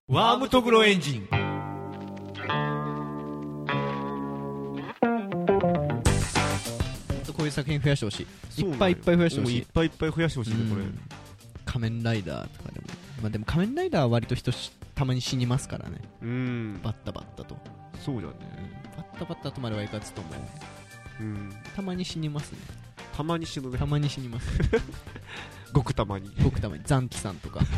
ワームトグロエンジン。こういう作品増やしてほしい。いっぱいいっぱい増やしてほしい。 いっぱいいっぱい増やしてほしいねこれ。 仮面ライダーとかでも、まあでも仮面ライダーは割とたまに死にますからね。バッタバッタと。 そうだね。 バッタバッタとまではいかずとも、たまに死にますね。 たまに死ぬね。 たまに死にます、ね。 ごくたまに。 ごくたまに。残機さんとか。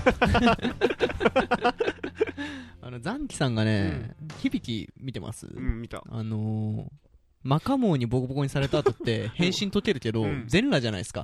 残機さんがね、響見てます？ 見た。 マカモーにボコボコにされた後って変身解けるけど、全裸じゃないですか。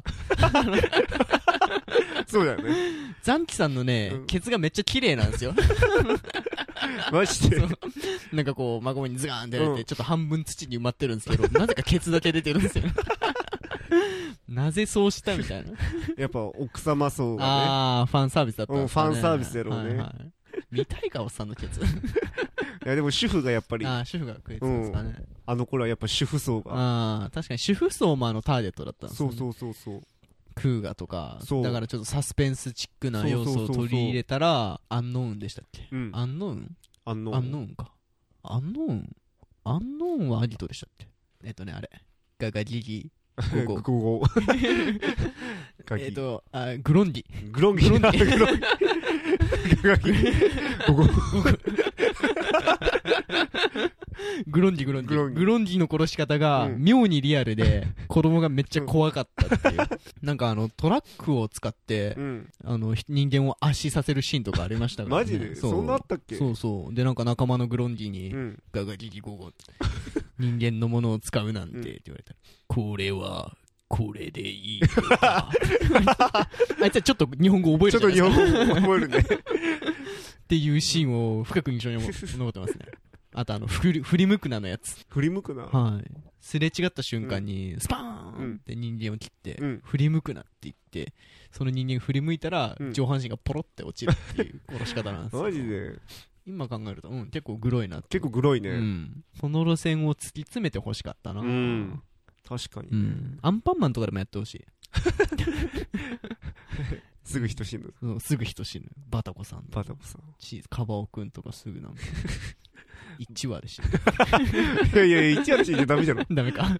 そうだよね。 残機さんのね、ケツがめっちゃ綺麗なんですよ。 マジで。 なんかこう、マカモーにズガーンってやられて、ちょっと半分土に埋まってるんですけど、なぜかケツだけ出てるんですよ。なぜそうしたみたいな。 やっぱ奥様層がね。 あー、ファンサービスだったんですかね。 ファンサービスやろうね。 見たいか、おっさんのケツ。 いやでも主婦がやっぱり。 主婦が食えてたんですかね。 あの頃はやっぱ主婦層が。 確かに主婦層もターゲットだったんですよね。 そう。 クーガとか、だからちょっとサスペンスチックな要素を取り入れたら、アンノーンでしたっけ？アンノーンか。アンノーンはアギトでしたっけ？あれ。ガガギギ。 ゴゴ。 グロンギ。 グロンギ。ガガギ。ゴゴ。 グロンギの殺し方が妙にリアルで、子供がめっちゃ怖かったっていう。なんかトラックを使って、人間を圧死させるシーンとかありましたからね。 マジで？そんなあったっけ？ そう。で、なんか仲間のグロンギに、ガガギギゴゴ。人間のものを使うなんて、って言われたら、これは、これでいいか。あいつはちょっと日本語覚えるじゃないですか。 ちょっと日本語覚えるね。 っていうシーンを深く印象に残ってますね。あと振り向くなのやつ。 振り向くな？ はい。すれ違った瞬間に、スパーンって人間を切って、振り向くなって言って、その人間振り向いたら、上半身がポロって落ちるっていう殺し方なんですよ。 マジで？ 今考えると、結構グロいなって。 結構グロいね。 その路線を突き詰めて欲しかったな。 確かに。 アンパンマンとかでもやってほしい。 すぐ人死ぬ。 すぐ人死ぬ。バタコさん。チーズ、カバオくんとかすぐなんか。1話で死ぬ。 いや、1話で死んじゃダメじゃん。 ダメか。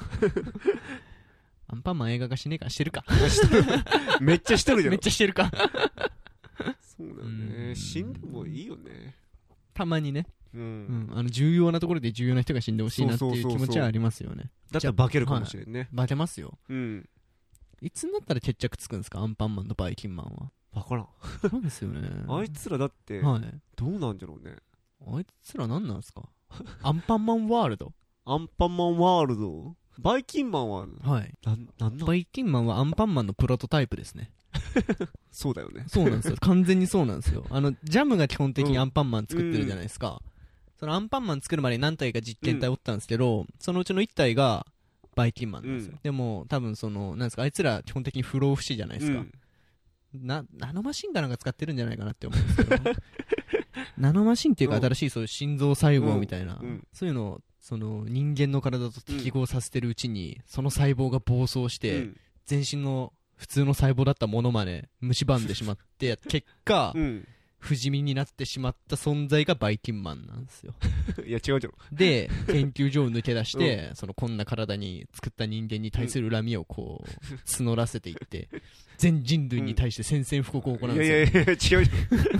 アンパンマン映画化しねえかしてるか。 めっちゃしてるじゃん。 めっちゃしてるか。 そうだよね。死んでもいいよね。 たまにね。重要なところで重要な人が死んでほしいなっていう気持ちはありますよね。 だったら化けるかもしれんね。 化けますよ。いつになったら決着つくんですか、アンパンマンとバイキンマンは。 わからん。 そうですよね。 あいつらだって、どうなんじゃろうね。 あいつら何なんですか。アンパンマンワールド。 アンパンマンワールド。バイキンマンは、 バイキンマンはアンパンマンのプロトタイプですね。 そうだよね。 そうなんですよ。完全にそうなんですよ。ジャムが基本的にアンパンマン作ってるじゃないですか。そのアンパンマン作るまでに何体か実験体おったんですけど、そのうちの1体がバイキンマンなんですよ。でも、多分なんですか、あいつら基本的に不老不死じゃないですか。ナノマシンかなんか使ってるんじゃないかなって思うんですけど。ナノマシンっていうか新しいそういう心臓細胞みたいな、そういうのを、人間の体と適合させてるうちに、その細胞が暴走して、全身の普通の細胞だったものまで蝕んでしまって、結果、不死身になってしまった存在がバイキンマンなんですよ。 いや、違うじゃん。 で、研究所を抜け出して、こんな体に作った人間に対する恨みをこう、募らせていって、全人類に対して宣戦布告を行うんですよ。 いや、違うじゃん。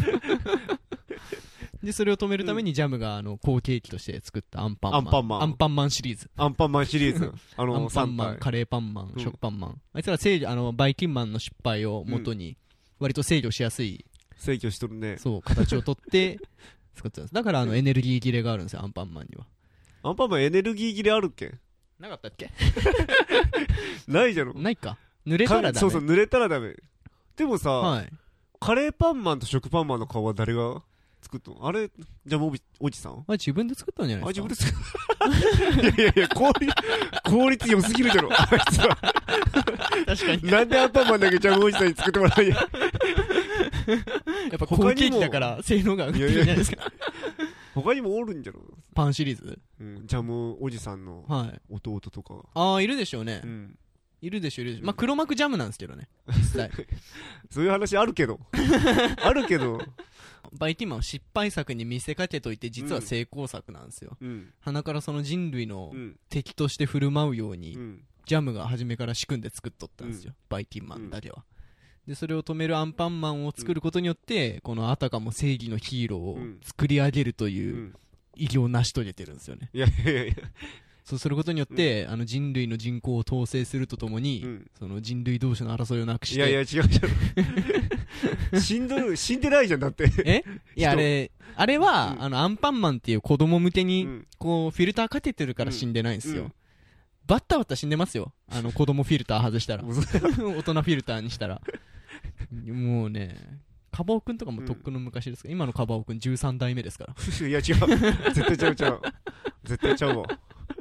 で、それを止めるためにジャムが後継機として作ったアンパンマン。アンパンマンシリーズ。 アンパンマンシリーズ。 アンパンマン、カレーパンマン、食パンマン。あいつらバイキンマンの失敗を元に、割と制御しやすい。 制御しとるね。 そう、形をとって作ってたんです。だからエネルギー切れがあるんですよ、アンパンマンには。 アンパンマンエネルギー切れあるっけ？ なかったっけ？ ないじゃろ。 ないか。濡れたらダメ。 そう、濡れたらダメ。でもさ、カレーパンマンと食パンマンの顔は誰が作ったの？あれ、じゃあもうおじさん？ 自分で作ったんじゃないですか？ 自分で作った。いや、効率良すぎるじゃろ、あいつは。 確かに。 なんでアンパンマンだけジャムおじさんに作ってもらうんや。 やっぱ後継機だから性能が上がってるじゃないですか。 他にもおるんじゃろ。 パンシリーズ？ ジャムおじさんの弟とか。 いるでしょうね。いるでしょ。まあ、黒幕ジャムなんですけどね、実際。 そういう話あるけど。 バイキンマンは失敗作に見せかけといて実は成功作なんですよ。鼻からその人類の敵として振る舞うように、ジャムが初めから仕組んで作っとったんですよ、バイキンマンだけは。で、それを止めるアンパンマンを作ることによって、このあたかも正義のヒーローを作り上げるという偉業を成し遂げてるんですよね。 いやいやいや。 そうすることによって、人類の人口を統制するとともに、その人類同士の争いをなくして。 いやいや、違う違う。死んでないじゃん、だって。 いや、あれは、アンパンマンっていう子供向けに、こう、フィルターかけてるから死んでないんですよ。バッタバッタ死んでますよ。子供フィルター外したら。大人フィルターにしたら。もうね、カバオくんとかもとっくの昔ですけど、今のカバオくん13代目ですから。 いや、違う。絶対ちゃう。絶対ちゃうわ。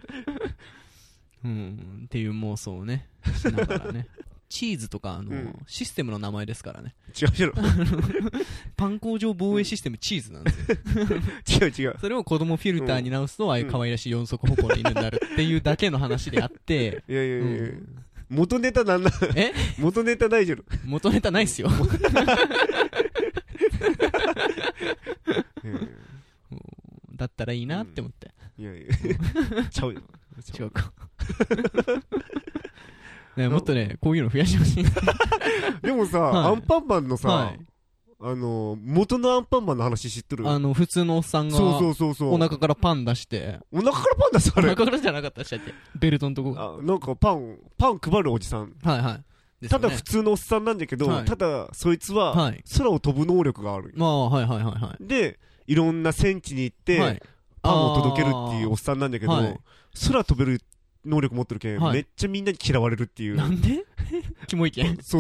っていう妄想をね、しながらね。チーズとか、システムの名前ですからね。 違う。 パン工場防衛システムチーズなんですよ。 違う。 それを子供フィルターに直すと、ああいう可愛らしい四足歩行の犬になるっていうだけの話であって。 いや。元ネタなんだ。元ネタないじゃん。 元ネタないっすよ。だったらいいなって思って。 いや。ちゃうよ。 違うか。ね、もっとね、こういうの増やしてほしい。 でもさ、アンパンマンのさ、元のアンパンマンの話知ってる？ 普通のおっさんが、お腹からパン出して。 お腹からパン出すあれ？ お腹からじゃなかったでしたっけ？ベルトのとこ。 なんかパン配るおじさん。 はい。 ただ普通のおっさんなんだけど、ただそいつは、空を飛ぶ能力がある。 はい。 で、いろんな戦地に行って、パンを届けるっていうおっさんなんだけど、空飛べる能力持ってるけん、めっちゃみんなに嫌われるっていう。 なんで？キモいけん。 そう。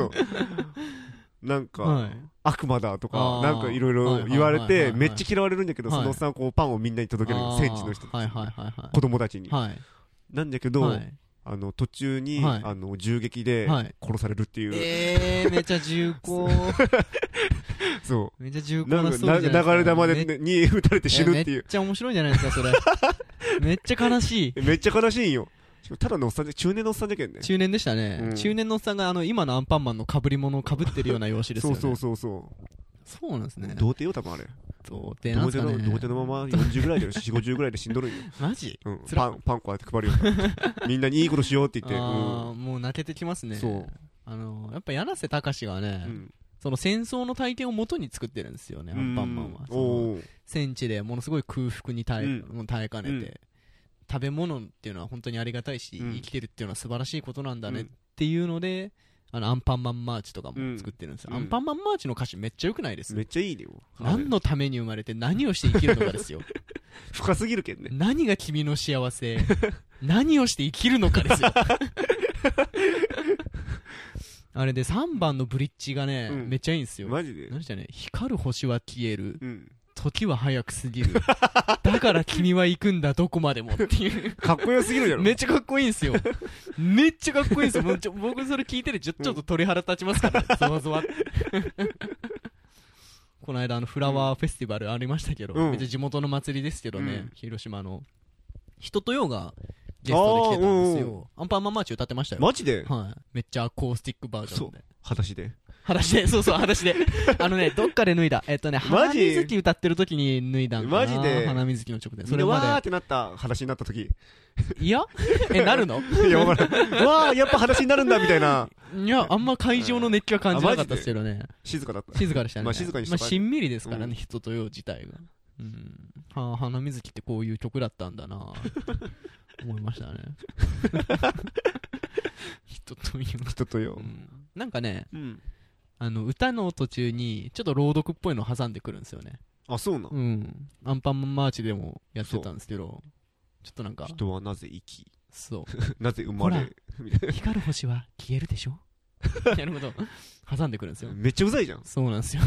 なんか、悪魔だとか、なんかいろいろ言われて、めっちゃ嫌われるんだけど、そのおっさんこうパンをみんなに届ける。戦地の人たち。子供たちに。なんだけど、途中に、銃撃で殺されるっていう。 めっちゃ重厚。 そう。 めっちゃ重厚なストーリーじゃないですか。 流れ弾に撃たれて死ぬっていう。 めっちゃ面白いじゃないですか、それ。めっちゃ悲しい。 めっちゃ悲しいんよ。ただのおっさんで、中年のおっさんじゃけんね。 中年でしたね。中年のおっさんが今のアンパンマンの被り物を被ってるような容姿ですよね。そうなんですね。 童貞よ、多分あれ。 童貞なんすかね。 童貞のまま40ぐらいで、4、50ぐらいで死んどるんよ。 マジ？ パンこうやって配るよ。みんなにいいことしようって言って。 もう泣けてきますね。そう。やっぱ柳瀬隆がね、その戦争の体験を元に作ってるんですよね、アンパンマンは。戦地でものすごい空腹に耐えかねて、食べ物っていうのは本当にありがたいし、生きてるっていうのは素晴らしいことなんだねっていうので、アンパンマンマーチとかも作ってるんですよ。アンパンマンマーチの歌詞めっちゃ良くないです？ めっちゃいいねよ。 何のために生まれて何をして生きるのかですよ。 深すぎるけんね。 何が君の幸せ、何をして生きるのかですよ。あれで3番のブリッジがね、めっちゃいいんですよ。 マジで？ 何でしたね。光る星は消える。時は早く過ぎる。だから君は行くんだ、どこまでもっていう。 かっこよすぎるじゃろ。 めっちゃかっこいいんですよ。めっちゃかっこいいんですよ。僕それ聞いててちょっと鳥肌立ちますからね。ゾワゾワ。この間フラワーフェスティバルありましたけど、めっちゃ地元の祭りですけどね、広島の。人とようがゲストで来てたんですよ。アンパンマンマーチ歌ってましたよ。 マジで？ はい。めっちゃアコースティックバージョンで。 裸足で。 そう、裸足で。どっかで脱いだ。花水木歌ってる時に脱いだんだな。 マジで？ 花水木の直前。 それまで。わーってなった、裸足になった時。 いやなるの？ いや、わからん。わー、やっぱ裸足になるんだ、みたいな。 いや、あんま会場の熱気は感じなかったですけどね。 静かだった。 静かでしたね。 まあ静かにした。 しんみりですからね、人とよ自体が。花水木ってこういう曲だったんだな思いましたね。人とよ。なんかね、歌の途中にちょっと朗読っぽいの挟んでくるんですよね。 あ、そうな。 アンパンマンマーチでもやってたんですけど、ちょっとなんか人はなぜ生き、 そうなぜ生まれみたいな。 光る星は消えるでしょ。なるほど。挟んでくるんですよ。 めっちゃうざいじゃん。 そうなんですよ。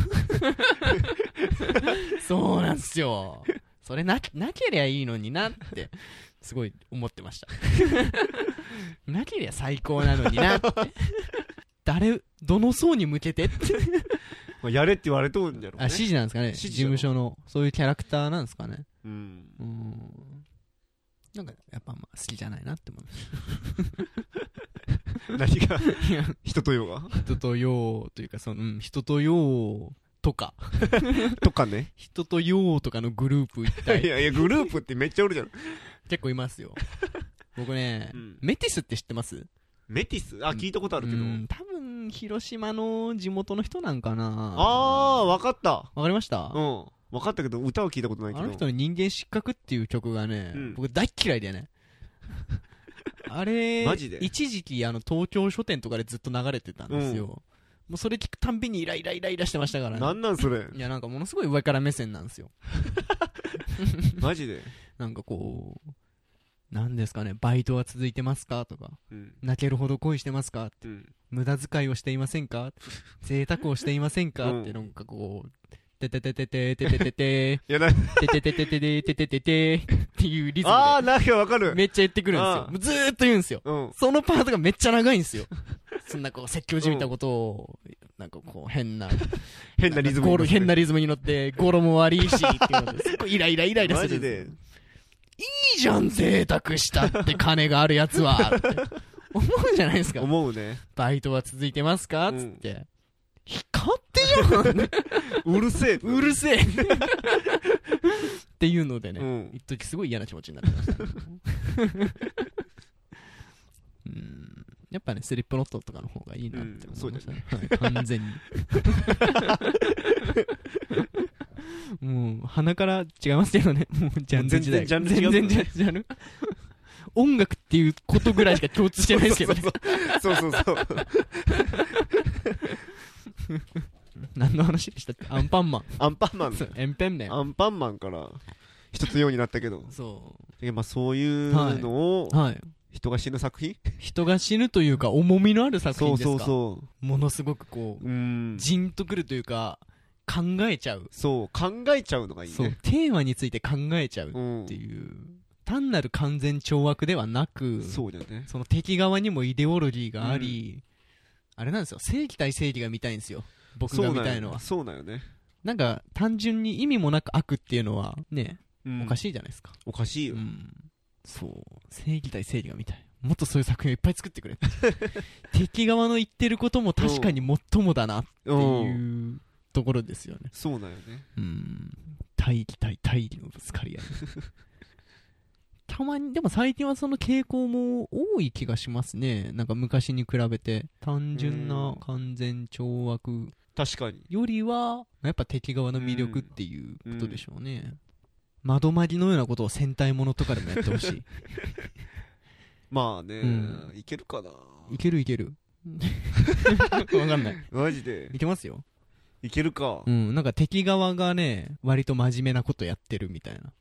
そうなんですよ。それなけりゃいいのになってすごい思ってました。なけりゃ最高なのになって。どの層に向けてってやれって言われとんじゃろうね。 指示なんですかね。事務所のそういうキャラクターなんですかね。なんかやっぱ好きじゃないなって思う。 何が？人とよが？ 人とよというか人とよをとか。 とかね。 人とよーとかのグループ一体。 いやいや、グループってめっちゃおるじゃん。 結構いますよ。僕ね、メティスって知ってます？ メティス？あ、聞いたことあるけど。 多分、広島の地元の人なんかな。 わかった。 わかりました？ 分かったけど、歌は聞いたことないけど。 あの人の人間失格っていう曲がね、僕大っ嫌いでね。あれ、 マジで一時期東京書店とかでずっと流れてたんですよ。もうそれ聞くたんびにイライラしてましたからね。 なんそれ。 いや、なんかものすごい上から目線なんですよ。 マジで。 なんかこう、なんですかね、バイトは続いてますかとか、泣けるほど恋してますかって、無駄遣いをしていませんか贅沢をしていませんかって、なんかこう、てててててててててててててててててててっていうリズムで。 なんかわかる。 めっちゃ言ってくるんですよ。ずーっと言うんですよ。そのパートがめっちゃ長いんですよ。そんなこう説教じみたことを、なんかこう変なリズムに乗って、語呂も悪いしっていうので、イライラする。マジで。いいじゃん、贅沢したって金があるやつはって思うじゃないですか。 思うね。 バイトは続いてますかつって。光ってじゃんうるせえっていうのでね、一時すごい嫌な気持ちになってました。やっぱね、スリップノットとかの方がいいなって思いましたね。完全に。もう、鼻から違いますけどね。もうジャンル時代。 全然ジャンル。音楽っていうことぐらいしか共通してないですけどね。 そう。 何の話でしたっけ？アンパンマン。 アンパンマン。 エンペンメン。 アンパンマンから一つようになったけど。 そう。 まあそういうのを、人が死ぬ作品？ 人が死ぬというか、重みのある作品ですか？ そう。 ものすごくこう、じんとくるというか、考えちゃう。 そう、考えちゃうのがいいね。そう、 テーマについて考えちゃうっていう。単なる完全懲悪ではなく、 そうだよね。 その敵側にもイデオロギーがあり、あれなんですよ、正義対正義が見たいんですよ。僕が見たいのは。 そうだよね。 なんか、単純に意味もなく悪っていうのは、ね、おかしいじゃないですか。 おかしいよ。 そう。正義対正義が見たい。もっとそういう作品をいっぱい作ってくれ。敵側の言ってることも確かにもっともだなっていうところですよね。 そうだよね。 大義対大義のぶつかり合い。たまに、でも最近はその傾向も多い気がしますね。なんか昔に比べて。単純な完全懲悪。 確かに。 よりは、やっぱ敵側の魅力っていうことでしょうね。窓まぎのようなことを戦隊ものとかでもやってほしい。 まあね、いけるかな。 いける。わかんない。 マジで。 いけますよ。 いけるか。 なんか敵側がね、割と真面目なことやってるみたいな。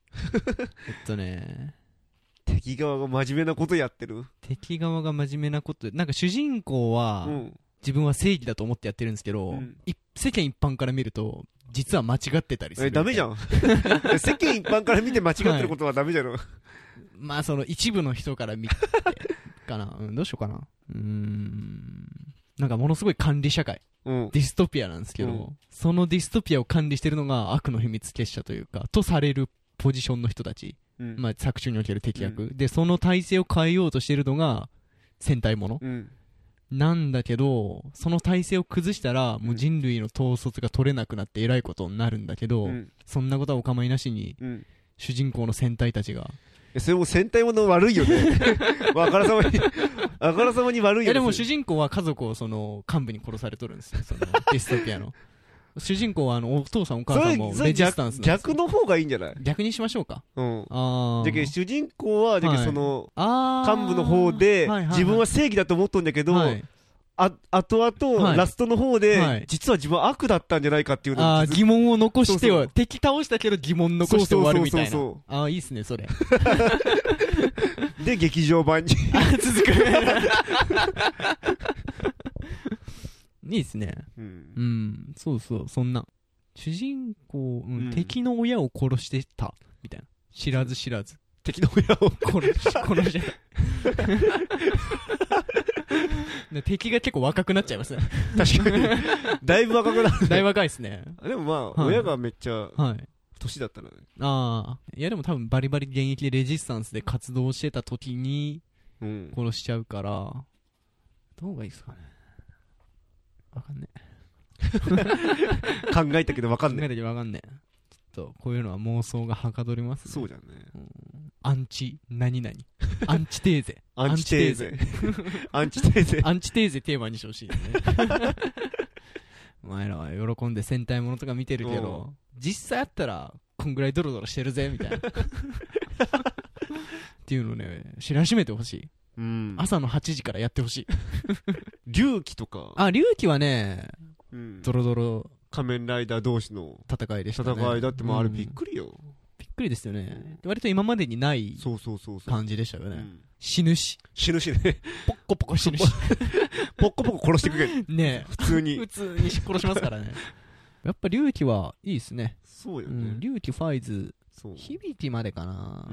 敵側が真面目なことやってる？ 敵側が真面目なこと、なんか主人公は、自分は正義だと思ってやってるんですけど、世間一般から見ると、実は間違ってたりする。 ダメじゃん。世間一般から見て間違ってることはダメじゃろ。 まあその一部の人から見てかな。どうしようかな。なんかものすごい管理社会。ディストピアなんですけど、そのディストピアを管理してるのが悪の秘密結社というか、とされるポジションの人たち。まあ作中における敵役。で、その体制を変えようとしてるのが戦隊もの。なんだけど、その体制を崩したら、もう人類の統率が取れなくなって偉いことになるんだけど、そんなことはお構いなしに、主人公の戦隊たちが。 それも戦隊もの悪いよね。あからさまに悪いよね。 でも主人公は家族をその幹部に殺されとるんですよ。そのディストピアの。主人公はお父さんお母さんもレジスタンスなんですよ。 逆の方がいいんじゃない？ 逆にしましょうか。 じゃけ主人公は、その、幹部の方で、自分は正義だと思っとんだけど、後々、ラストの方で、実は自分は悪だったんじゃないかっていうのを疑問を残しては、敵倒したけど疑問残して終わるみたいな。いいっすね、それ。 で、劇場版に。 続く。いいっすね。そう、そんな。主人公、敵の親を殺してた、みたいな。知らず。 敵の親を殺してた。敵が結構若くなっちゃいますね。 確かに。だいぶ若くなる。 だいぶ若いっすね。 でもまあ、親がめっちゃ、年だったらね。 いやでも多分バリバリ現役レジスタンスで活動してた時に、殺しちゃうから、どうがいいっすかね。わかんねえ。 考えたけど分かんない。 考えたけど分かんねえ。ちょっとこういうのは妄想がはかどりますね。 そうじゃんね。 アンチ何々アンチテーゼアンチテーゼアンチテーゼアンチテーゼテーマにしてほしいね。お前らは喜んで戦隊ものとか見てるけど、実際あったらこんぐらいドロドロしてるぜみたいなっていうのをね知らしめてほしい。朝の8時からやってほしい。 龍騎とか。 あ、龍騎はね、ドロドロ仮面ライダー同士の戦いでしたね。 戦いだって、もうあれびっくりよ。 びっくりですよね。割と今までにない感じでしたよね。死ぬしね。ポッコポコ死ぬし。 ポッコポコ殺してくれる。 ねえ。 普通に殺しますからね。やっぱ龍騎はいいですね。 そうよね。 龍騎ファイズ、響きまでかな。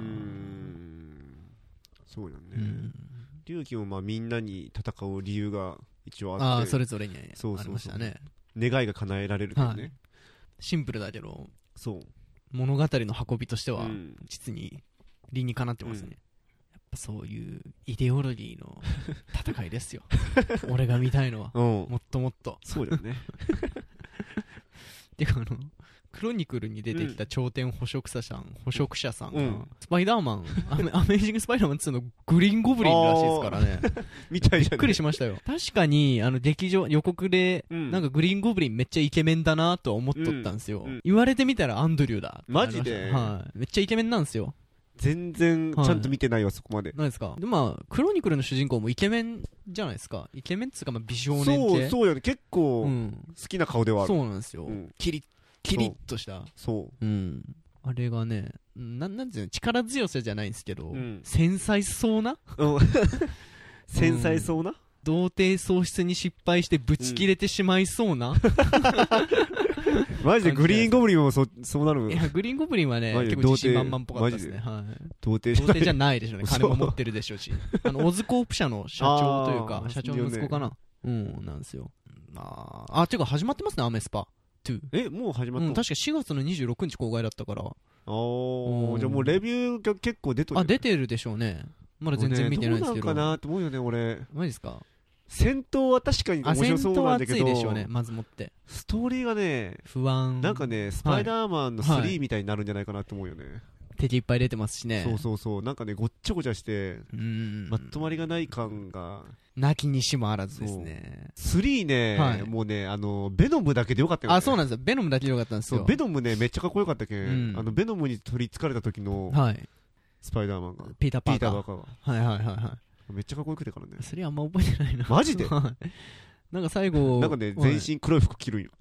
そうよね。龍騎もまあみんなに戦う理由が一応あって。 それぞれにありましたね。 願いが叶えられるからね。 シンプルだけど、 そう。 物語の運びとしては、実に理にかなってますね。やっぱそういうイデオロギーの戦いですよ。俺が見たいのは。もっともっと。 そうだよね。 てかクロニクルに出てきた頂点捕食者さんが、スパイダーマン、アメージングスパイダーマン2のグリーンゴブリンらしいですからね。 みたいじゃん。 びっくりしましたよ。確かに、劇場、予告で、なんかグリーンゴブリンめっちゃイケメンだなとは思っとったんですよ。言われてみたらアンドリューだ。 マジで？ はい。めっちゃイケメンなんですよ。 全然、ちゃんと見てないわ、そこまで。 何ですか？で、まあ、クロニクルの主人公もイケメンじゃないですか。イケメンっつうか、まあ、美少年系。 そうよね。結構、好きな顔ではある。 そうなんですよ。キリッとした。 そう。 あれがね、なんていうの、力強さじゃないんですけど、繊細そうな繊細そうな童貞喪失に失敗してブチ切れてしまいそうなマジでグリーンゴブリンもそうなる。 いや、グリーンゴブリンはね、結構自信満々っぽかったですね。はい。童貞じゃないでしょうね。金も持ってるでしょうし。オズコープ社の社長というか、社長の息子かな。なんですよ。ていうか始まってますね、アメスパ。 もう始まったの？ 確か4月の26日公開だったから。 じゃあもうレビューが結構出てる。 出てるでしょうね。まだ全然見てないんですけど。 どうなんかなと思うよね、俺。 マジですか？ 戦闘は確かに面白そうなんだけど、 戦闘は熱いでしょうね、まずもって。 ストーリーがね、 不安。 なんかね、スパイダーマンの3みたいになるんじゃないかなと思うよね。 敵いっぱい出てますしね。 そう。なんかね、ごっちゃごちゃして、まとまりがない感が。 なきにしもあらずですね。 3ね、もうね、ベノムだけでよかったよね。 そうなんですよ。ベノムだけでよかったんですよ。 ベノムね、めっちゃかっこよかったけん。ベノムに取り憑かれた時の、スパイダーマンが。 ピーター・パーカーが。 はい。めっちゃかっこよくてからね。 それあんま覚えてないな。 マジで？ なんか最後、 なんかね、全身黒い服着るんよ。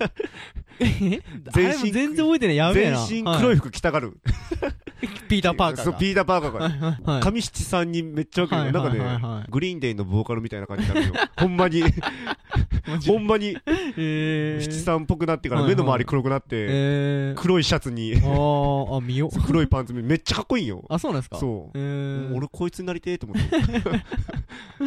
全然覚えてない。やべえな。 全身黒い服着たがる。 ピーター・パーカーが。 そう、ピーター・パーカーが。上七さんにめっちゃわける。なんかね、グリーンデイのボーカルみたいな感じになるよ。ほんまに。ほんまに。七さんっぽくなってから目の周り黒くなって、黒いシャツに、 見よ。 黒いパンツめっちゃかっこいいよ。 そうなんですか？ そう。俺こいつになりてえと思って。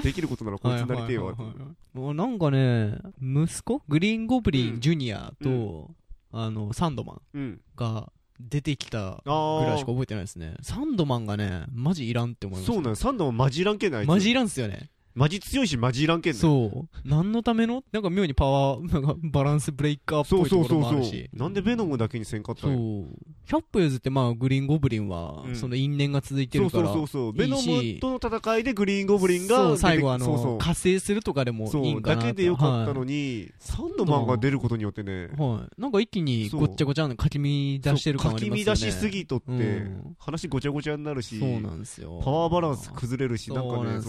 できることならこいつになりてえわ。 なんかね、息子グリーンゴブリンジュニアと、サンドマンが出てきたぐらいしか覚えてないですね。サンドマンがね、マジいらんって思いました。 そうなの、サンドマンマジいらんけない。 マジいらんっすよね。 マジ強いしマジいらんけんね。 そう。何のためのなんか妙にパワー、なんかバランスブレイカーっぽいところもあるし。 なんでベノムだけにせんかったの？そう。 100歩譲ってまあグリーンゴブリンは、その因縁が続いてるから。 そう。ベノムとの戦いでグリーンゴブリンが、 最後加勢するとかでもいいんかな。 だけでよかったのに、サンドマンが出ることによってね。 なんか一気にごっちゃごちゃかき乱してる感ありますよね。 かき乱しすぎとって、話ごちゃごちゃになるし、 そうなんですよ。 パワーバランス崩れるし、なんかね、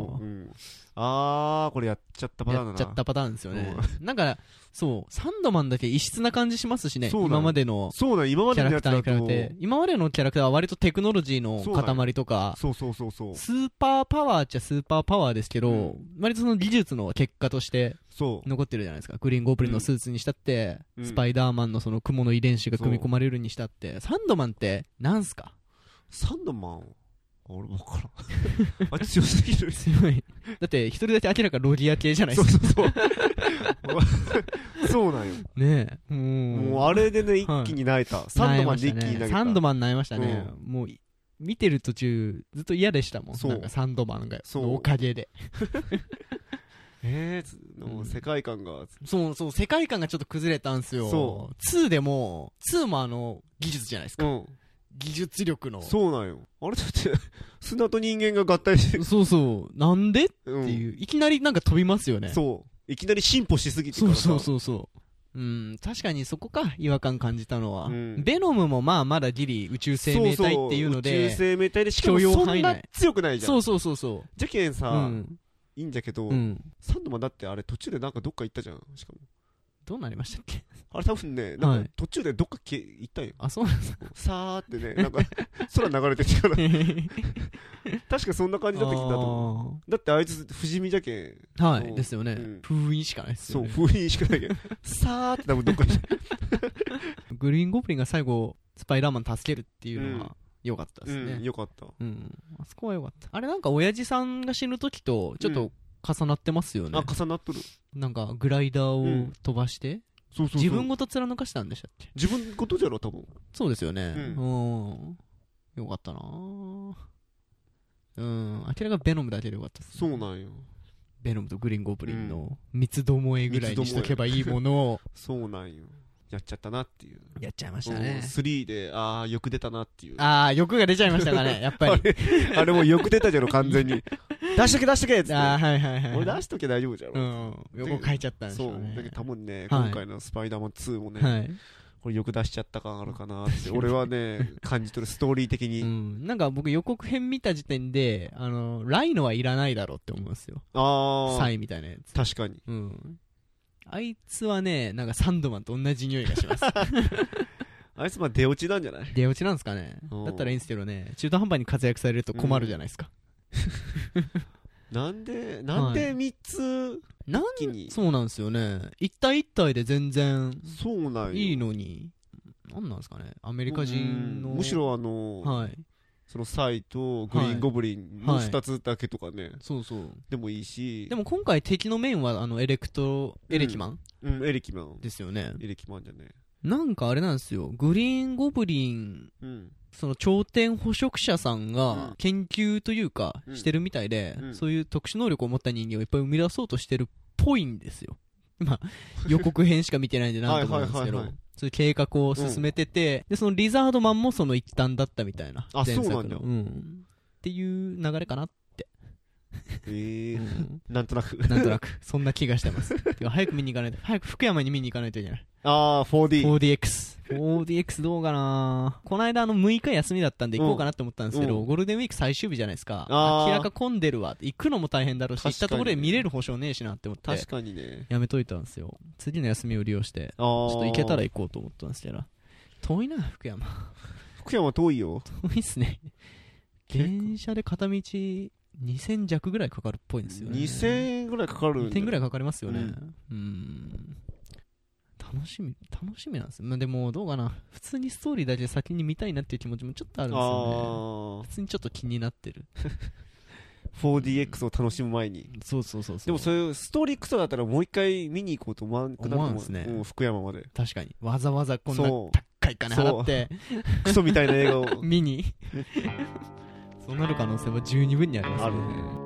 これやっちゃったパターンだな。 やっちゃったパターンですよね。なんか、そう、サンドマンだけ異質な感じしますしね、今までのキャラクターに比べて。今までのキャラクターは割とテクノロジーの塊とか、スーパーパワーっちゃスーパーパワーですけど、割とその技術の結果として残ってるじゃないですか。グリーンゴブリンのスーツにしたって、スパイダーマンのその雲の遺伝子が組み込まれるにしたって、サンドマンって何すか？ サンドマン俺分からん。強すぎる。 強い。だって一人だけ明らかロギア系じゃないですか。そうなんよ。 ねえ。 もうあれでね、一気に泣いた。サンドマンで一気に泣いた。 サンドマン泣いましたね。もう見てる途中ずっと嫌でしたもん。なんかサンドマンがのおかげで。 世界観が。 そうそう、世界観がちょっと崩れたんすよ。そう。2も技術じゃないですか。技術力の。 そうなんよ。あれだって、砂と人間が合体してる。 そうそう。なんでっていう。いきなりなんか飛びますよね。 そう。いきなり進歩しすぎてからさ。 そう。確かにそこか、違和感感じたのは。ベノムもまだギリ宇宙生命体っていうので。 宇宙生命体でしかもそんな強くないじゃん。 そう。 じゃけんさ、いいんだけど、サンドマンだってあれ途中でなんかどっか行ったじゃん、しかも。 どうなりましたっけ？ あれ多分ね、なんか途中でどっか行ったんよ。 あ、そうなんですか。 さーってね、なんか空流れてきたら。確かそんな感じだった気だと思う。だってあいつ不死身じゃけん。 はい、ですよね。封印しかないっすよね。 そう、封印しかないけど。さーって多分どっかに。 グリーンゴブリンが最後、スパイダーマン助けるっていうのは、良かったですね。 良かった。 あそこは良かった。あれなんか親父さんが死ぬ時と、ちょっと重なってますよね。 重なっとる。 なんか、グライダーを飛ばして、自分ごと貫かしたんでしたっけ？ 自分ごとじゃろ、多分。 そうですよね。よかったな明らかにベノムだけでよかったっすね。 そうなんよ。 ベノムとグリーンゴブリンの三つどもえぐらいにしとけばいいものを。 そうなんよ。やっちゃったなっていう。 やっちゃいましたね。 3で、欲出たなっていう。 欲が出ちゃいましたかね、やっぱり。 あれもう欲出たじゃろ、完全に。出しとけっつって。 はい。 俺出しとけ大丈夫じゃろ。 横書いちゃったんでしょうね。 そう。だけど多分ね、今回のスパイダーマン2もね、これ欲出しちゃった感あるかなって、俺はね、感じ取る、ストーリー的に。 なんか僕予告編見た時点で、ライノはいらないだろうって思うんですよ。サイみたいなやつ。 確かに。 あいつはね、なんかサンドマンと同じ匂いがします。 あいつ出落ちなんじゃない？ 出落ちなんですかね。だったらいいんですけどね、中途半端に活躍されると困るじゃないですか。 なんで3つ一気に。 そうなんですよね。一体一体で全然いいのに。なんなんですかね。アメリカ人の。 むしろそのサイとグリーンゴブリンの2つだけとかね。 そう。 でもいいし。 でも今回敵のメインはエレキマンエレキマン。 ですよね。 エレキマンじゃね。 なんかあれなんですよ。グリーンゴブリン、その頂点捕食者さんが研究というかしてるみたいで、そういう特殊能力を持った人間をいっぱい生み出そうとしてるっぽいんですよ。今、予告編しか見てないんでなんともなんですけど、そういう計画を進めてて、で、そのリザードマンもその一端だったみたいな。 あ、そうなんだ。 っていう流れかなって。 なんとなく。 そんな気がしてます。早く見に行かないと。早く福山に見に行かないといけない。4DX どうかな。この間6日休みだったんで行こうかなって思ったんですけど、ゴールデンウィーク最終日じゃないですか。明らか混んでるわ。行くのも大変だろうし、行ったところで見れる保証ねえしなって思って。 確かにね。 やめといたんですよ。次の休みを利用して、ちょっと行けたら行こうと思ったんですけど。遠いな、福山。 福山遠いよ。 遠いっすね。電車で片道2000弱ぐらいかかるっぽいんですよね。 2000円ぐらいかかるんだ。 2000ぐらいかかりますよね。楽しみなんですよ。でもどうかな。普通にストーリーだけ先に見たいなっていう気持ちもちょっとあるんですよね。普通にちょっと気になってる。 4DX を楽しむ前に。 そう。 でもそういうストーリークソだったらもう一回見に行こうと思わなくなると思うんですね。福山まで。 確かに。わざわざこんな高い金払って。 クソみたいな映画を。 見に。そうなる可能性は十二分にありますね。あるね。